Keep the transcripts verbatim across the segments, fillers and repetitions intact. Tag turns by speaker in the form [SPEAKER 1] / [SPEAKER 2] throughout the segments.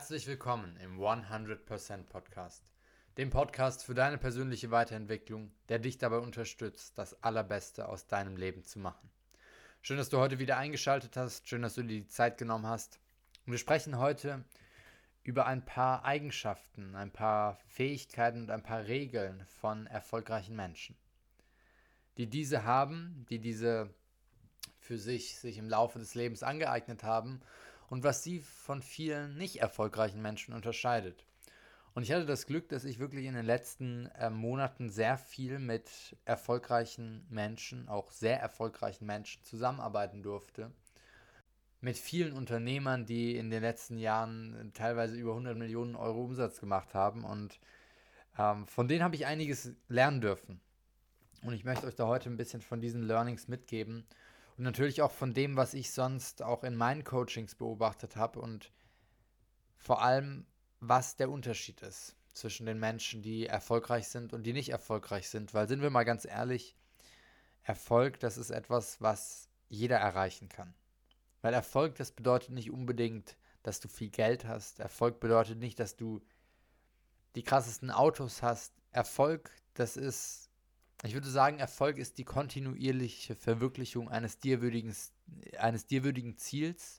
[SPEAKER 1] Herzlich willkommen im hundert Prozent Podcast, dem Podcast für deine persönliche Weiterentwicklung, der dich dabei unterstützt, das Allerbeste aus deinem Leben zu machen. Schön, dass du heute wieder eingeschaltet hast, schön, dass du dir die Zeit genommen hast. Und wir sprechen heute über ein paar Eigenschaften, ein paar Fähigkeiten und ein paar Regeln von erfolgreichen Menschen, die diese haben, die diese für sich, sich im Laufe des Lebens angeeignet haben und was sie von vielen nicht erfolgreichen Menschen unterscheidet. Und ich hatte das Glück, dass ich wirklich in den letzten äh, Monaten sehr viel mit erfolgreichen Menschen, auch sehr erfolgreichen Menschen zusammenarbeiten durfte. Mit vielen Unternehmern, die in den letzten Jahren teilweise über hundert Millionen Euro Umsatz gemacht haben. Und ähm, von denen habe ich einiges lernen dürfen. Und ich möchte euch da heute ein bisschen von diesen Learnings mitgeben. Und natürlich auch von dem, was ich sonst auch in meinen Coachings beobachtet habe und vor allem, was der Unterschied ist zwischen den Menschen, die erfolgreich sind und die nicht erfolgreich sind. Weil, sind wir mal ganz ehrlich, Erfolg, das ist etwas, was jeder erreichen kann. Weil Erfolg, das bedeutet nicht unbedingt, dass du viel Geld hast. Erfolg bedeutet nicht, dass du die krassesten Autos hast. Erfolg, das ist, ich würde sagen, Erfolg ist die kontinuierliche Verwirklichung eines dir würdigen, eines dir würdigen Ziels.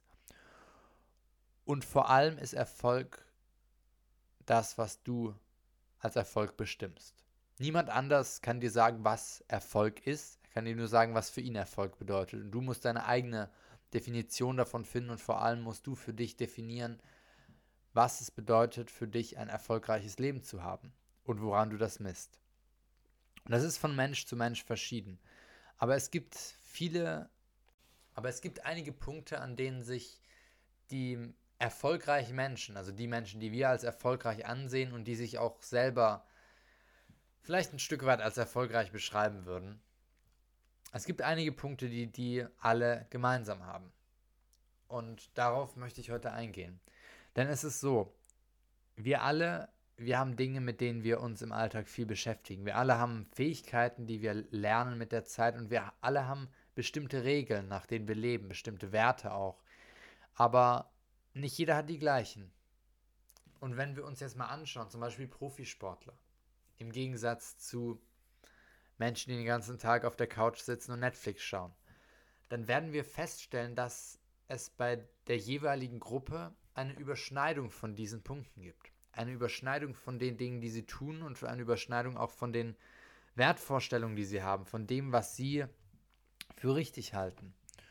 [SPEAKER 1] Und vor allem ist Erfolg das, was du als Erfolg bestimmst. Niemand anders kann dir sagen, was Erfolg ist. Er kann dir nur sagen, was für ihn Erfolg bedeutet. Und du musst deine eigene Definition davon finden und vor allem musst du für dich definieren, was es bedeutet, für dich ein erfolgreiches Leben zu haben und woran du das misst. Und das ist von Mensch zu Mensch verschieden. Aber es gibt viele, aber es gibt einige Punkte, an denen sich die erfolgreichen Menschen, also die Menschen, die wir als erfolgreich ansehen und die sich auch selber vielleicht ein Stück weit als erfolgreich beschreiben würden. Es gibt einige Punkte, die die alle gemeinsam haben. Und darauf möchte ich heute eingehen. Denn es ist so, wir alle, wir haben Dinge, mit denen wir uns im Alltag viel beschäftigen. Wir alle haben Fähigkeiten, die wir lernen mit der Zeit und wir alle haben bestimmte Regeln, nach denen wir leben, bestimmte Werte auch. Aber nicht jeder hat die gleichen. Und wenn wir uns jetzt mal anschauen, zum Beispiel Profisportler, im Gegensatz zu Menschen, die den ganzen Tag auf der Couch sitzen und Netflix schauen, dann werden wir feststellen, dass es bei der jeweiligen Gruppe eine Überschneidung von diesen Punkten gibt. Eine Überschneidung von den Dingen, die sie tun und eine Überschneidung auch von den Wertvorstellungen, die sie haben, von dem, was sie für richtig halten.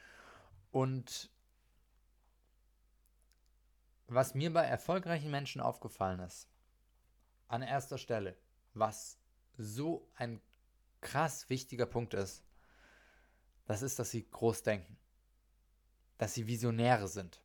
[SPEAKER 1] Und was mir bei erfolgreichen Menschen aufgefallen ist, an erster Stelle, was so ein krass wichtiger Punkt ist, das ist, dass sie groß denken. Dass sie Visionäre sind.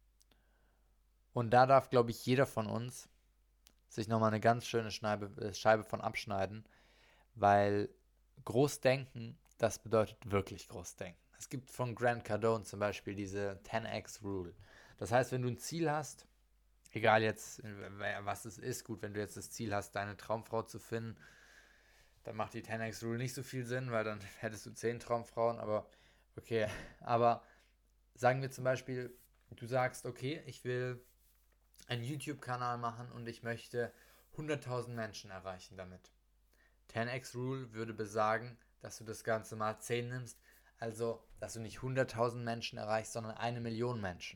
[SPEAKER 1] Und da darf, glaube ich, jeder von uns sich nochmal eine ganz schöne Scheibe, Scheibe von abschneiden, weil Großdenken, das bedeutet wirklich Großdenken. Es gibt von Grant Cardone zum Beispiel diese zehn x Rule. Das heißt, wenn du ein Ziel hast, egal jetzt, was es ist, gut, wenn du jetzt das Ziel hast, deine Traumfrau zu finden, dann macht die zehn x Rule nicht so viel Sinn, weil dann hättest du zehn Traumfrauen, aber okay, aber sagen wir zum Beispiel, du sagst, okay, ich will einen YouTube-Kanal machen und ich möchte hunderttausend Menschen erreichen damit. zehn x Rule würde besagen, dass du das Ganze mal zehn nimmst, also dass du nicht hunderttausend Menschen erreichst, sondern eine Million Menschen.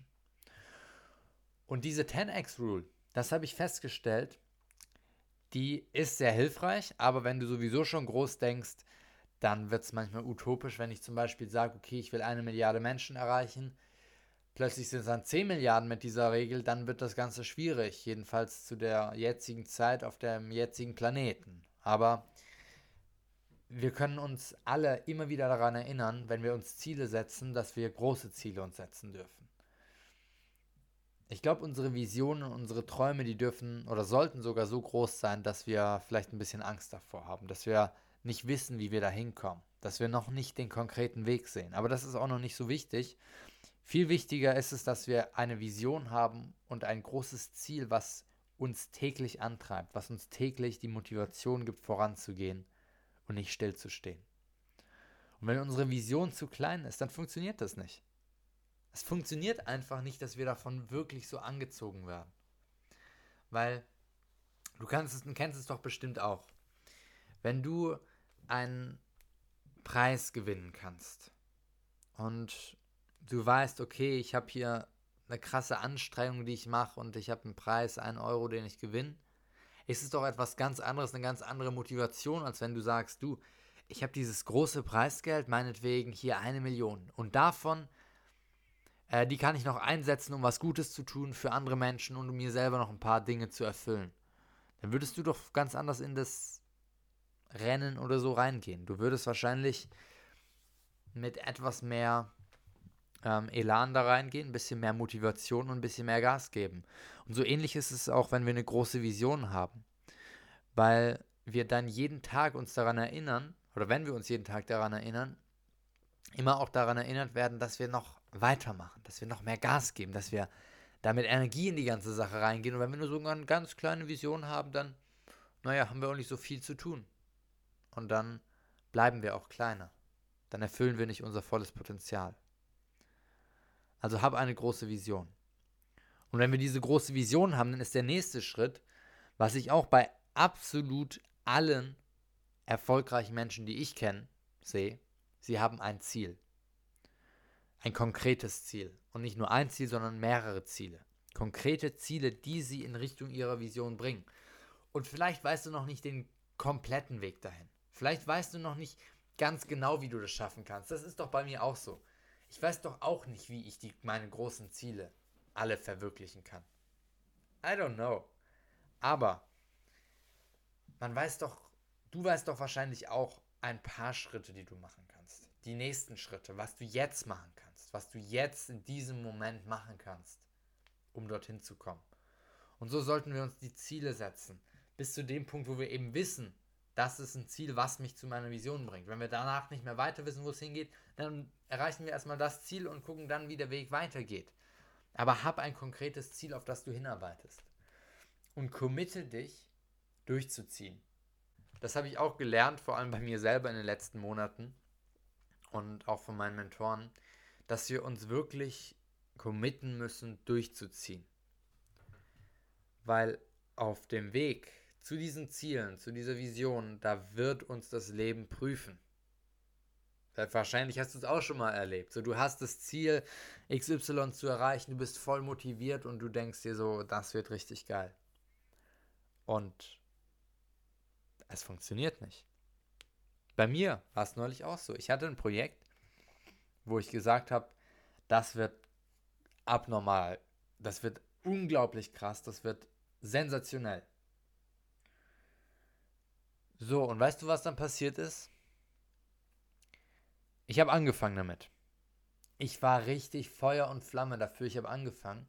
[SPEAKER 1] Und diese zehn x Rule, das habe ich festgestellt, die ist sehr hilfreich, aber wenn du sowieso schon groß denkst, dann wird es manchmal utopisch, wenn ich zum Beispiel sage, okay, ich will eine Milliarde Menschen erreichen, plötzlich sind es dann zehn Milliarden mit dieser Regel, dann wird das Ganze schwierig, jedenfalls zu der jetzigen Zeit auf dem jetzigen Planeten. Aber wir können uns alle immer wieder daran erinnern, wenn wir uns Ziele setzen, dass wir große Ziele uns setzen dürfen. Ich glaube, unsere Visionen, unsere Träume, die dürfen oder sollten sogar so groß sein, dass wir vielleicht ein bisschen Angst davor haben, dass wir nicht wissen, wie wir da hinkommen, dass wir noch nicht den konkreten Weg sehen. Aber das ist auch noch nicht so wichtig. Viel wichtiger ist es, dass wir eine Vision haben und ein großes Ziel, was uns täglich antreibt, was uns täglich die Motivation gibt, voranzugehen und nicht stillzustehen. Und wenn unsere Vision zu klein ist, dann funktioniert das nicht. Es funktioniert einfach nicht, dass wir davon wirklich so angezogen werden. Weil du kannst es, du kennst es doch bestimmt auch. Wenn du einen Preis gewinnen kannst und du weißt, okay, ich habe hier eine krasse Anstrengung, die ich mache und ich habe einen Preis, einen Euro, den ich gewinne, ist es doch etwas ganz anderes, eine ganz andere Motivation, als wenn du sagst, du, ich habe dieses große Preisgeld, meinetwegen hier eine Million und davon, äh, die kann ich noch einsetzen, um was Gutes zu tun für andere Menschen und um mir selber noch ein paar Dinge zu erfüllen. Dann würdest du doch ganz anders in das Rennen oder so reingehen. Du würdest wahrscheinlich mit etwas mehr ähm, Elan da reingehen, ein bisschen mehr Motivation und ein bisschen mehr Gas geben. Und so ähnlich ist es auch, wenn wir eine große Vision haben, weil wir dann jeden Tag uns daran erinnern, oder wenn wir uns jeden Tag daran erinnern, immer auch daran erinnert werden, dass wir noch weitermachen, dass wir noch mehr Gas geben, dass wir da mit Energie in die ganze Sache reingehen. Und wenn wir nur so eine ganz kleine Vision haben, dann, naja, haben wir auch nicht so viel zu tun. Und dann bleiben wir auch kleiner. Dann erfüllen wir nicht unser volles Potenzial. Also hab eine große Vision. Und wenn wir diese große Vision haben, dann ist der nächste Schritt, was ich auch bei absolut allen erfolgreichen Menschen, die ich kenne, sehe, sie haben ein Ziel. Ein konkretes Ziel. Und nicht nur ein Ziel, sondern mehrere Ziele. Konkrete Ziele, die sie in Richtung ihrer Vision bringen. Und vielleicht weißt du noch nicht den kompletten Weg dahin. Vielleicht weißt du noch nicht ganz genau, wie du das schaffen kannst. Das ist doch bei mir auch so. Ich weiß doch auch nicht, wie ich die, meine großen Ziele alle verwirklichen kann. I don't know. Aber man weiß doch, du weißt doch wahrscheinlich auch ein paar Schritte, die du machen kannst. Die nächsten Schritte, was du jetzt machen kannst, was du jetzt in diesem Moment machen kannst, um dorthin zu kommen. Und so sollten wir uns die Ziele setzen, bis zu dem Punkt, wo wir eben wissen, das ist ein Ziel, was mich zu meiner Vision bringt. Wenn wir danach nicht mehr weiter wissen, wo es hingeht, dann erreichen wir erstmal das Ziel und gucken dann, wie der Weg weitergeht. Aber hab ein konkretes Ziel, auf das du hinarbeitest. Und committe dich, durchzuziehen. Das habe ich auch gelernt, vor allem bei mir selber in den letzten Monaten und auch von meinen Mentoren, dass wir uns wirklich committen müssen, durchzuziehen. Weil auf dem Weg zu diesen Zielen, zu dieser Vision, da wird uns das Leben prüfen. Wahrscheinlich hast du es auch schon mal erlebt. So, du hast das Ziel, X Y zu erreichen, du bist voll motiviert und du denkst dir so, das wird richtig geil. Und es funktioniert nicht. Bei mir war es neulich auch so. Ich hatte ein Projekt, wo ich gesagt habe, das wird abnormal, das wird unglaublich krass, das wird sensationell. So, und weißt du, was dann passiert ist? Ich habe angefangen damit. Ich war richtig Feuer und Flamme dafür, ich habe angefangen.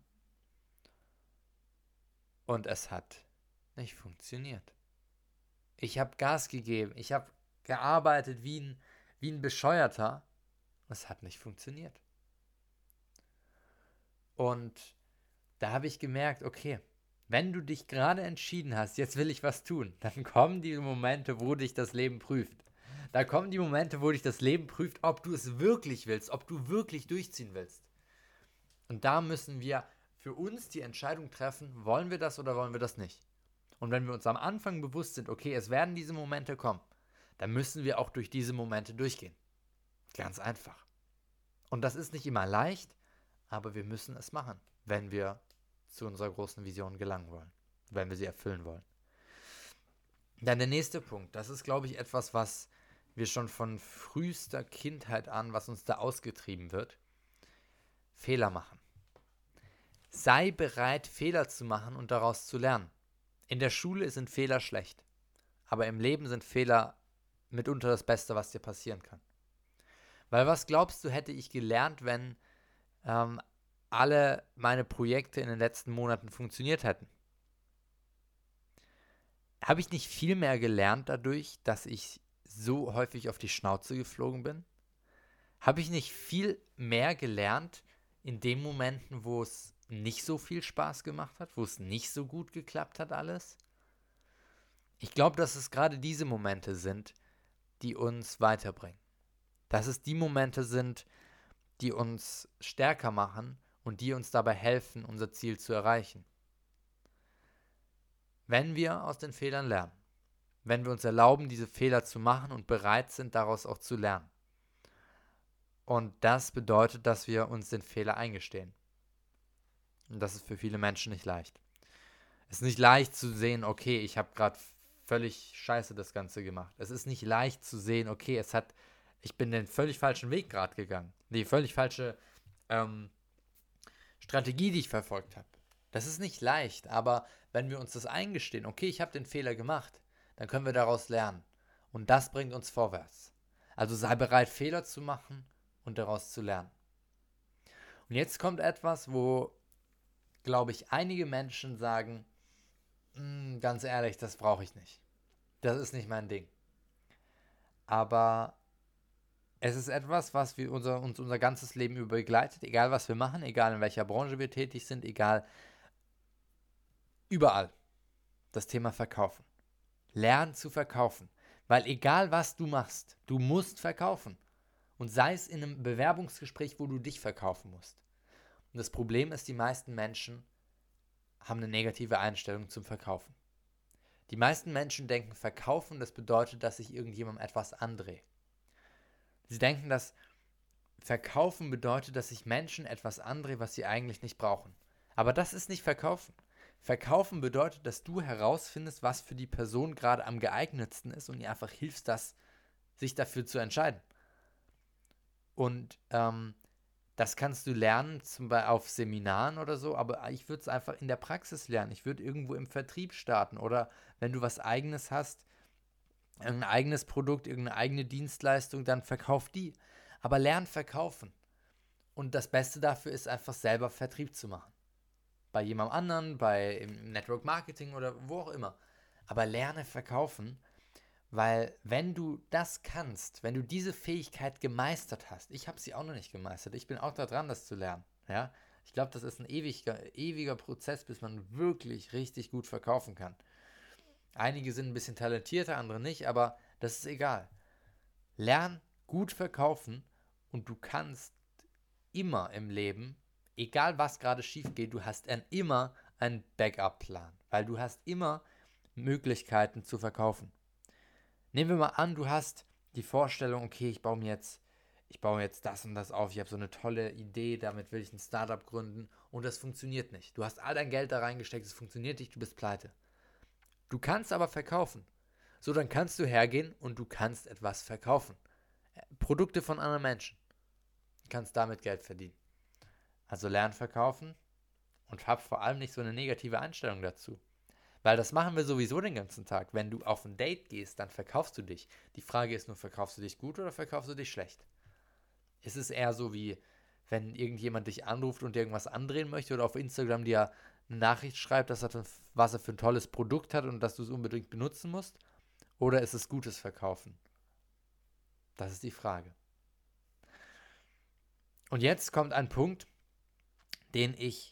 [SPEAKER 1] Und es hat nicht funktioniert. Ich habe Gas gegeben, ich habe gearbeitet wie ein, wie ein Bescheuerter. Es hat nicht funktioniert. Und da habe ich gemerkt, okay, wenn du dich gerade entschieden hast, jetzt will ich was tun, dann kommen die Momente, wo dich das Leben prüft. Da kommen die Momente, wo dich das Leben prüft, ob du es wirklich willst, ob du wirklich durchziehen willst. Und da müssen wir für uns die Entscheidung treffen, wollen wir das oder wollen wir das nicht. Und wenn wir uns am Anfang bewusst sind, okay, es werden diese Momente kommen, dann müssen wir auch durch diese Momente durchgehen. Ganz einfach. Und das ist nicht immer leicht, aber wir müssen es machen, wenn wir zu unserer großen Vision gelangen wollen, wenn wir sie erfüllen wollen. Dann der nächste Punkt, das ist, glaube ich, etwas, was wir schon von frühester Kindheit an, was uns da ausgetrieben wird. Fehler machen. Sei bereit, Fehler zu machen und daraus zu lernen. In der Schule sind Fehler schlecht, aber im Leben sind Fehler mitunter das Beste, was dir passieren kann. Weil was glaubst du, hätte ich gelernt, wenn ähm, alle meine Projekte in den letzten Monaten funktioniert hätten? Habe ich nicht viel mehr gelernt dadurch, dass ich so häufig auf die Schnauze geflogen bin? Habe ich nicht viel mehr gelernt in den Momenten, wo es nicht so viel Spaß gemacht hat, wo es nicht so gut geklappt hat alles? Ich glaube, dass es gerade diese Momente sind, die uns weiterbringen. Dass es die Momente sind, die uns stärker machen und die uns dabei helfen, unser Ziel zu erreichen. Wenn wir aus den Fehlern lernen, wenn wir uns erlauben, diese Fehler zu machen und bereit sind, daraus auch zu lernen. Und das bedeutet, dass wir uns den Fehler eingestehen. Und das ist für viele Menschen nicht leicht. Es ist nicht leicht zu sehen, okay, ich habe gerade völlig scheiße das Ganze gemacht. Es ist nicht leicht zu sehen, okay, es hat, ich bin den völlig falschen Weg gerade gegangen. Die völlig falsche ähm, Strategie, die ich verfolgt habe. Das ist nicht leicht, aber wenn wir uns das eingestehen, okay, ich habe den Fehler gemacht, dann können wir daraus lernen. Und das bringt uns vorwärts. Also sei bereit, Fehler zu machen und daraus zu lernen. Und jetzt kommt etwas, wo, glaube ich, einige Menschen sagen, ganz ehrlich, das brauche ich nicht. Das ist nicht mein Ding. Aber es ist etwas, was wir unser, uns unser ganzes Leben über begleitet, egal was wir machen, egal in welcher Branche wir tätig sind, egal, überall. Das Thema Verkaufen. Lern zu verkaufen. Weil egal was du machst, du musst verkaufen. Und sei es in einem Bewerbungsgespräch, wo du dich verkaufen musst. Und das Problem ist, die meisten Menschen haben eine negative Einstellung zum Verkaufen. Die meisten Menschen denken, verkaufen, das bedeutet, dass ich irgendjemandem etwas andrehe. Sie denken, dass verkaufen bedeutet, dass ich Menschen etwas andrehe, was sie eigentlich nicht brauchen. Aber das ist nicht verkaufen. Verkaufen bedeutet, dass du herausfindest, was für die Person gerade am geeignetsten ist und ihr einfach hilfst, das, sich dafür zu entscheiden. Und ähm, das kannst du lernen, zum Beispiel auf Seminaren oder so, aber ich würde es einfach in der Praxis lernen. Ich würde irgendwo im Vertrieb starten oder wenn du was Eigenes hast, ein eigenes Produkt, irgendeine eigene Dienstleistung, dann verkauf die. Aber lern verkaufen. Und das Beste dafür ist einfach selber Vertrieb zu machen. Bei jemand anderen, bei im Network Marketing oder wo auch immer. Aber lerne verkaufen, weil wenn du das kannst, wenn du diese Fähigkeit gemeistert hast, ich habe sie auch noch nicht gemeistert, ich bin auch da dran, das zu lernen. Ja? Ich glaube, das ist ein ewiger, ewiger Prozess, bis man wirklich richtig gut verkaufen kann. Einige sind ein bisschen talentierter, andere nicht, aber das ist egal. Lern gut verkaufen und du kannst immer im Leben, egal was gerade schief geht, du hast dann immer einen Backup-Plan, weil du hast immer Möglichkeiten zu verkaufen. Nehmen wir mal an, du hast die Vorstellung, okay, ich baue mir jetzt, ich baue jetzt das und das auf, ich habe so eine tolle Idee, damit will ich ein Startup gründen und das funktioniert nicht. Du hast all dein Geld da reingesteckt, es funktioniert nicht, du bist pleite. Du kannst aber verkaufen. So, dann kannst du hergehen und du kannst etwas verkaufen. Produkte von anderen Menschen. Du kannst damit Geld verdienen. Also lern verkaufen und hab vor allem nicht so eine negative Einstellung dazu. Weil das machen wir sowieso den ganzen Tag. Wenn du auf ein Date gehst, dann verkaufst du dich. Die Frage ist nur, verkaufst du dich gut oder verkaufst du dich schlecht? Es ist eher so wie, wenn irgendjemand dich anruft und dir irgendwas andrehen möchte oder auf Instagram dir eine Nachricht schreibt, dass er, was er für ein tolles Produkt hat und dass du es unbedingt benutzen musst. Oder ist es gutes Verkaufen? Das ist die Frage. Und jetzt kommt ein Punkt, den ich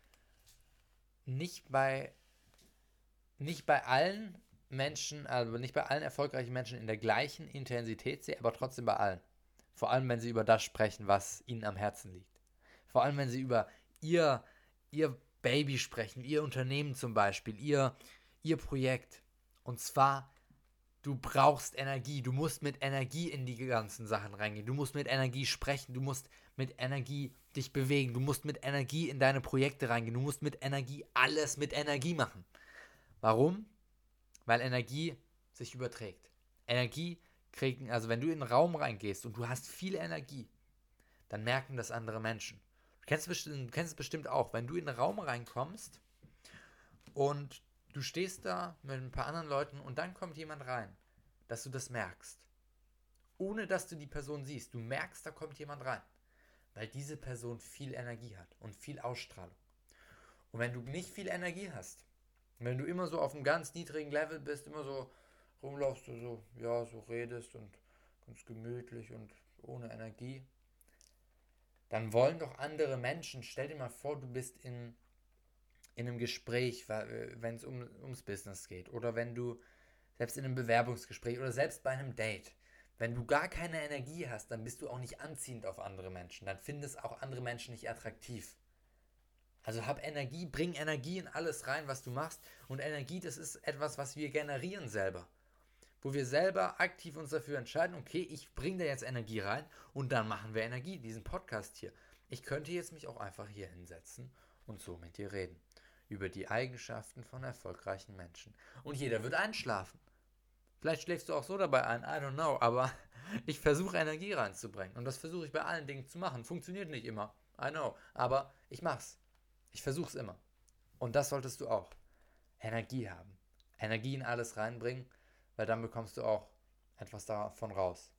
[SPEAKER 1] nicht bei nicht bei allen Menschen, also nicht bei allen erfolgreichen Menschen in der gleichen Intensität sehe, aber trotzdem bei allen. Vor allem, wenn sie über das sprechen, was ihnen am Herzen liegt. Vor allem, wenn sie über ihr, ihr Baby sprechen, ihr Unternehmen zum Beispiel, ihr, ihr Projekt. Und zwar, du brauchst Energie. Du musst mit Energie in die ganzen Sachen reingehen. Du musst mit Energie sprechen. Du musst mit Energie dich bewegen. Du musst mit Energie in deine Projekte reingehen. Du musst mit Energie alles mit Energie machen. Warum? Weil Energie sich überträgt. Energie kriegen, also wenn du in einen Raum reingehst und du hast viel Energie, dann merken das andere Menschen. Du kennst, bestimmt, du kennst es bestimmt auch, wenn du in einen Raum reinkommst und du stehst da mit ein paar anderen Leuten und dann kommt jemand rein, dass du das merkst. Ohne dass du die Person siehst. Du merkst, da kommt jemand rein. Weil diese Person viel Energie hat und viel Ausstrahlung. Und wenn du nicht viel Energie hast, wenn du immer so auf einem ganz niedrigen Level bist, immer so rumlaufst, so, ja, so redest und ganz gemütlich und ohne Energie, dann wollen doch andere Menschen, stell dir mal vor, du bist in, in einem Gespräch, wenn es um, ums Business geht oder wenn du selbst in einem Bewerbungsgespräch oder selbst bei einem Date, wenn du gar keine Energie hast, dann bist du auch nicht anziehend auf andere Menschen, dann findest auch andere Menschen nicht attraktiv. Also hab Energie, bring Energie in alles rein, was du machst. Und Energie, das ist etwas, was wir generieren selber. Wo wir selber aktiv uns dafür entscheiden, okay, ich bringe da jetzt Energie rein und dann machen wir Energie, diesen Podcast hier. Ich könnte jetzt mich auch einfach hier hinsetzen und so mit dir reden. Über die Eigenschaften von erfolgreichen Menschen. Und jeder wird einschlafen. Vielleicht schläfst du auch so dabei ein, I don't know, aber ich versuche Energie reinzubringen. Und das versuche ich bei allen Dingen zu machen. Funktioniert nicht immer, I know, aber ich mach's. Ich versuche es immer. Und das solltest du auch. Energie haben. Energie in alles reinbringen, weil dann bekommst du auch etwas davon raus.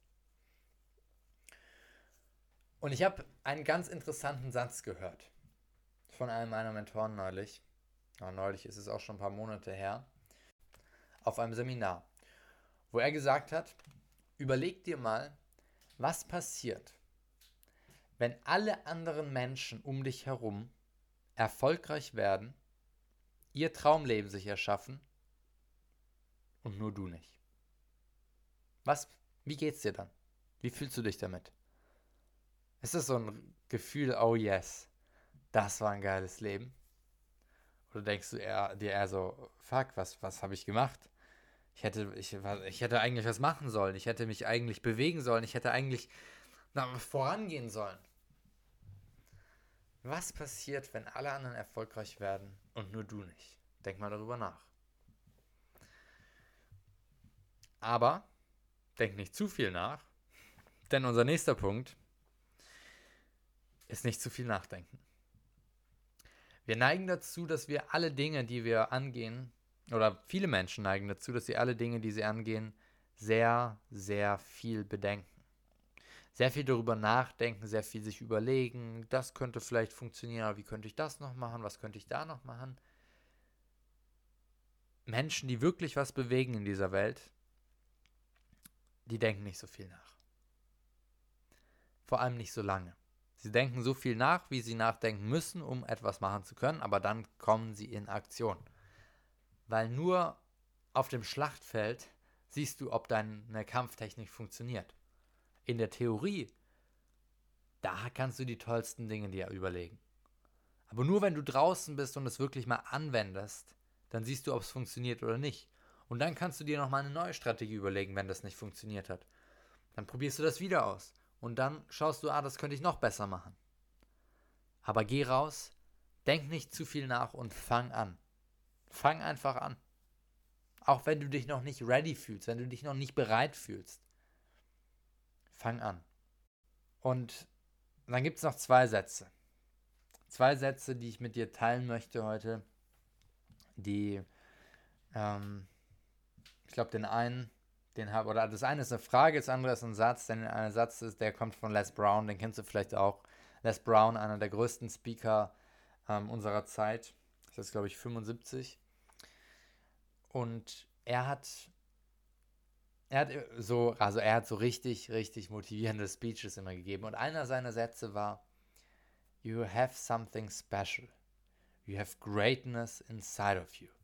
[SPEAKER 1] Und ich habe einen ganz interessanten Satz gehört von einem meiner Mentoren neulich. Ja, neulich ist es auch schon ein paar Monate her. Auf einem Seminar, wo er gesagt hat, überleg dir mal, was passiert, wenn alle anderen Menschen um dich herum erfolgreich werden, ihr Traumleben sich erschaffen und nur du nicht. Was, wie geht's dir dann? Wie fühlst du dich damit? Ist es so ein Gefühl, oh yes, das war ein geiles Leben? Oder denkst du eher, dir eher so, fuck, was, was habe ich gemacht? Ich hätte, ich, ich hätte eigentlich was machen sollen. Ich hätte mich eigentlich bewegen sollen. Ich hätte eigentlich na, vorangehen sollen. Was passiert, wenn alle anderen erfolgreich werden und nur du nicht? Denk mal darüber nach. Aber denk nicht zu viel nach, denn unser nächster Punkt ist nicht zu viel nachdenken. Wir neigen dazu, dass wir alle Dinge, die wir angehen, oder viele Menschen neigen dazu, dass sie alle Dinge, die sie angehen, sehr, sehr viel bedenken. Sehr viel darüber nachdenken, sehr viel sich überlegen, das könnte vielleicht funktionieren, aber wie könnte ich das noch machen, was könnte ich da noch machen? Menschen, die wirklich was bewegen in dieser Welt, die denken nicht so viel nach. Vor allem nicht so lange. Sie denken so viel nach, wie sie nachdenken müssen, um etwas machen zu können, aber dann kommen sie in Aktion. Weil nur auf dem Schlachtfeld siehst du, ob deine Kampftechnik funktioniert. In der Theorie, da kannst du die tollsten Dinge dir überlegen. Aber nur wenn du draußen bist und es wirklich mal anwendest, dann siehst du, ob es funktioniert oder nicht. Und dann kannst du dir nochmal eine neue Strategie überlegen, wenn das nicht funktioniert hat. Dann probierst du das wieder aus. Und dann schaust du, ah, das könnte ich noch besser machen. Aber geh raus, denk nicht zu viel nach und fang an. Fang einfach an. Auch wenn du dich noch nicht ready fühlst, wenn du dich noch nicht bereit fühlst. Fang an. Und dann gibt es noch zwei Sätze. Zwei Sätze, die ich mit dir teilen möchte heute. Die, ähm, ich glaube, den einen, den habe, oder das eine ist eine Frage, das andere ist ein Satz. Denn ein Satz ist, der kommt von Les Brown, den kennst du vielleicht auch. Les Brown, einer der größten Speaker ähm, unserer Zeit. Das ist, glaube ich, fünfundsiebzig. Und er hat, er hat so, also er hat so richtig, richtig motivierende Speeches immer gegeben. Und einer seiner Sätze war, You have something special. You have greatness inside of you.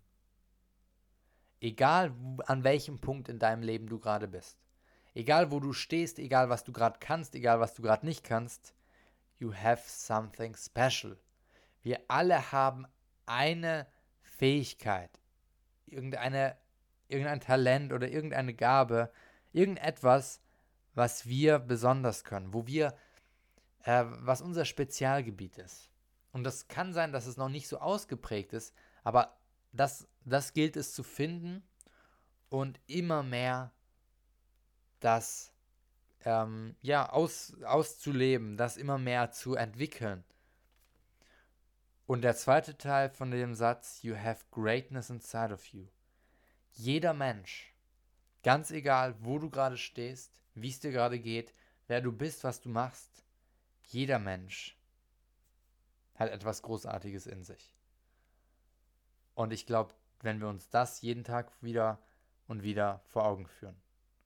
[SPEAKER 1] Egal an welchem Punkt in deinem Leben du gerade bist. Egal wo du stehst, egal was du gerade kannst, egal was du gerade nicht kannst. You have something special. Wir alle haben eine Fähigkeit, irgendeine, irgendein Talent oder irgendeine Gabe, irgendetwas, was wir besonders können, wo wir, äh, was unser Spezialgebiet ist. Und das kann sein, dass es noch nicht so ausgeprägt ist, aber das, das gilt es zu finden und immer mehr das ähm, ja, aus, auszuleben, das immer mehr zu entwickeln. Und der zweite Teil von dem Satz, You have greatness inside of you. Jeder Mensch, ganz egal, wo du gerade stehst, wie es dir gerade geht, wer du bist, was du machst, jeder Mensch hat etwas Großartiges in sich. Und ich glaube, wenn wir uns das jeden Tag wieder und wieder vor Augen führen,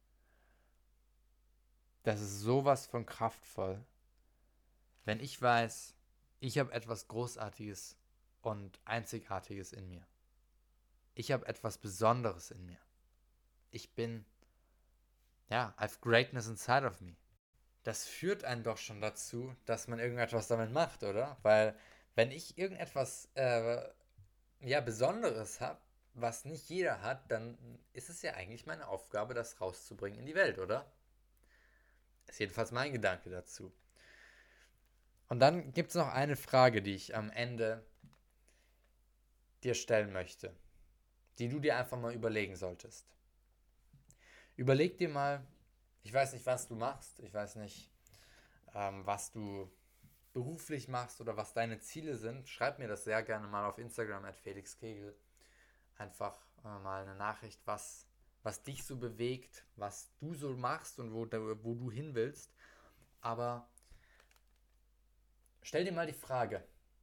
[SPEAKER 1] das ist sowas von kraftvoll, wenn ich weiß, ich habe etwas Großartiges und Einzigartiges in mir. Ich habe etwas Besonderes in mir. Ich bin, ja, I have greatness inside of me. Das führt einen doch schon dazu, dass man irgendetwas damit macht, oder? Weil, Wenn ich irgendetwas äh, ja, Besonderes habe, was nicht jeder hat, dann ist es ja eigentlich meine Aufgabe, das rauszubringen in die Welt, oder? Ist jedenfalls mein Gedanke dazu. Und dann gibt es noch eine Frage, die ich am Ende dir stellen möchte, die du dir einfach mal überlegen solltest. Überleg dir mal, ich weiß nicht, was du machst, ich weiß nicht, ähm, was du beruflich machst oder was deine Ziele sind. Schreib mir das sehr gerne mal auf Instagram at Felix Kegel. Einfach äh, mal eine Nachricht, was, was dich so bewegt, was du so machst und wo, wo du hin willst. Aber stell dir mal die Frage,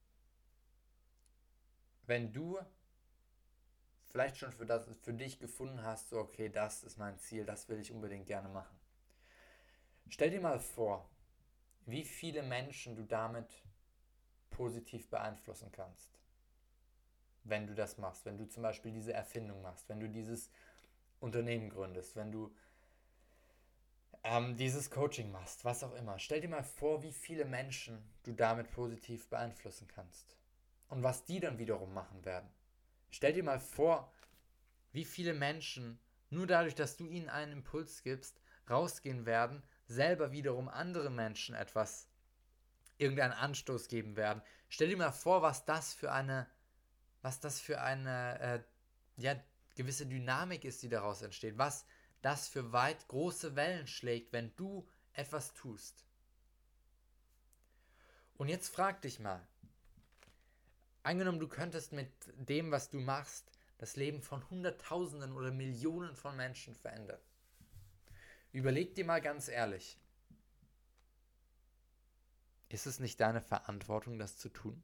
[SPEAKER 1] wenn du vielleicht schon für, das, für dich gefunden hast, so okay, das ist mein Ziel, das will ich unbedingt gerne machen. Stell dir mal vor, wie viele Menschen du damit positiv beeinflussen kannst, wenn du das machst, wenn du zum Beispiel diese Erfindung machst, wenn du dieses Unternehmen gründest, wenn du ähm, dieses Coaching machst, was auch immer. Stell dir mal vor, wie viele Menschen du damit positiv beeinflussen kannst und was die dann wiederum machen werden. Stell dir mal vor, wie viele Menschen nur dadurch, dass du ihnen einen Impuls gibst, rausgehen werden, selber wiederum andere Menschen etwas, irgendeinen Anstoß geben werden. Stell dir mal vor, was das für eine, was das für eine äh, ja, gewisse Dynamik ist, die daraus entsteht. Was das für weit große Wellen schlägt, wenn du etwas tust. Und jetzt frag dich mal, angenommen, du könntest mit dem, was du machst, das Leben von Hunderttausenden oder Millionen von Menschen verändern. Überleg dir mal ganz ehrlich, ist es nicht deine Verantwortung, das zu tun?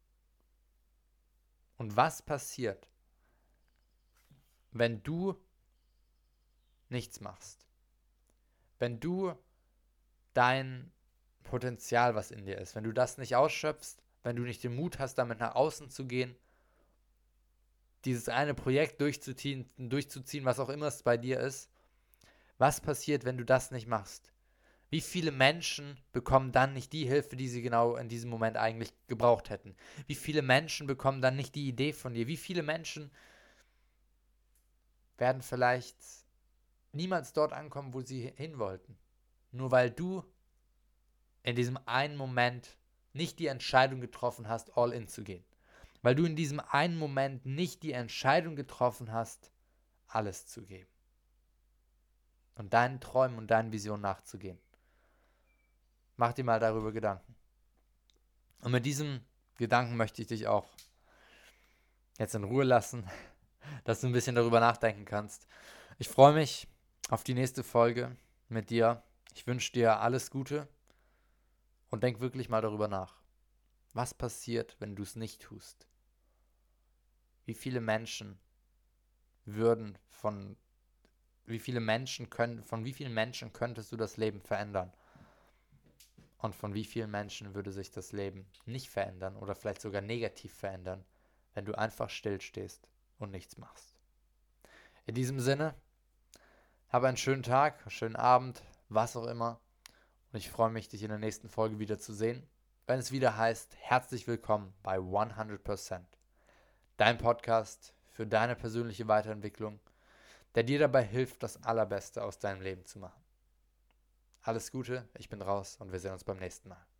[SPEAKER 1] Und was passiert, wenn du nichts machst? Wenn du dein Potenzial, was in dir ist, wenn du das nicht ausschöpfst, wenn du nicht den Mut hast, damit nach außen zu gehen, dieses eine Projekt durchzuziehen, durchzuziehen, was auch immer es bei dir ist, was passiert, wenn du das nicht machst? Wie viele Menschen bekommen dann nicht die Hilfe, die sie genau in diesem Moment eigentlich gebraucht hätten? Wie viele Menschen bekommen dann nicht die Idee von dir? Wie viele Menschen werden vielleicht niemals dort ankommen, wo sie hin wollten? Nur weil du in diesem einen Moment nicht die Entscheidung getroffen hast, all in zu gehen. Weil du in diesem einen Moment nicht die Entscheidung getroffen hast, alles zu geben. Und deinen Träumen und deinen Visionen nachzugehen. Mach dir mal darüber Gedanken. Und mit diesem Gedanken möchte ich dich auch jetzt in Ruhe lassen, dass du ein bisschen darüber nachdenken kannst. Ich freue mich auf die nächste Folge mit dir. Ich wünsche dir alles Gute und denk wirklich mal darüber nach. Was passiert, wenn du es nicht tust? Wie viele Menschen würden von wie viele Menschen können, von wie vielen Menschen könntest du das Leben verändern? Und von wie vielen Menschen würde sich das Leben nicht verändern oder vielleicht sogar negativ verändern, wenn du einfach stillstehst und nichts machst? In diesem Sinne, habe einen schönen Tag, einen schönen Abend, was auch immer. Und ich freue mich, dich in der nächsten Folge wieder zu sehen, wenn es wieder heißt, herzlich willkommen bei hundert Prozent. Dein Podcast für deine persönliche Weiterentwicklung, der dir dabei hilft, das Allerbeste aus deinem Leben zu machen. Alles Gute, ich bin raus und wir sehen uns beim nächsten Mal.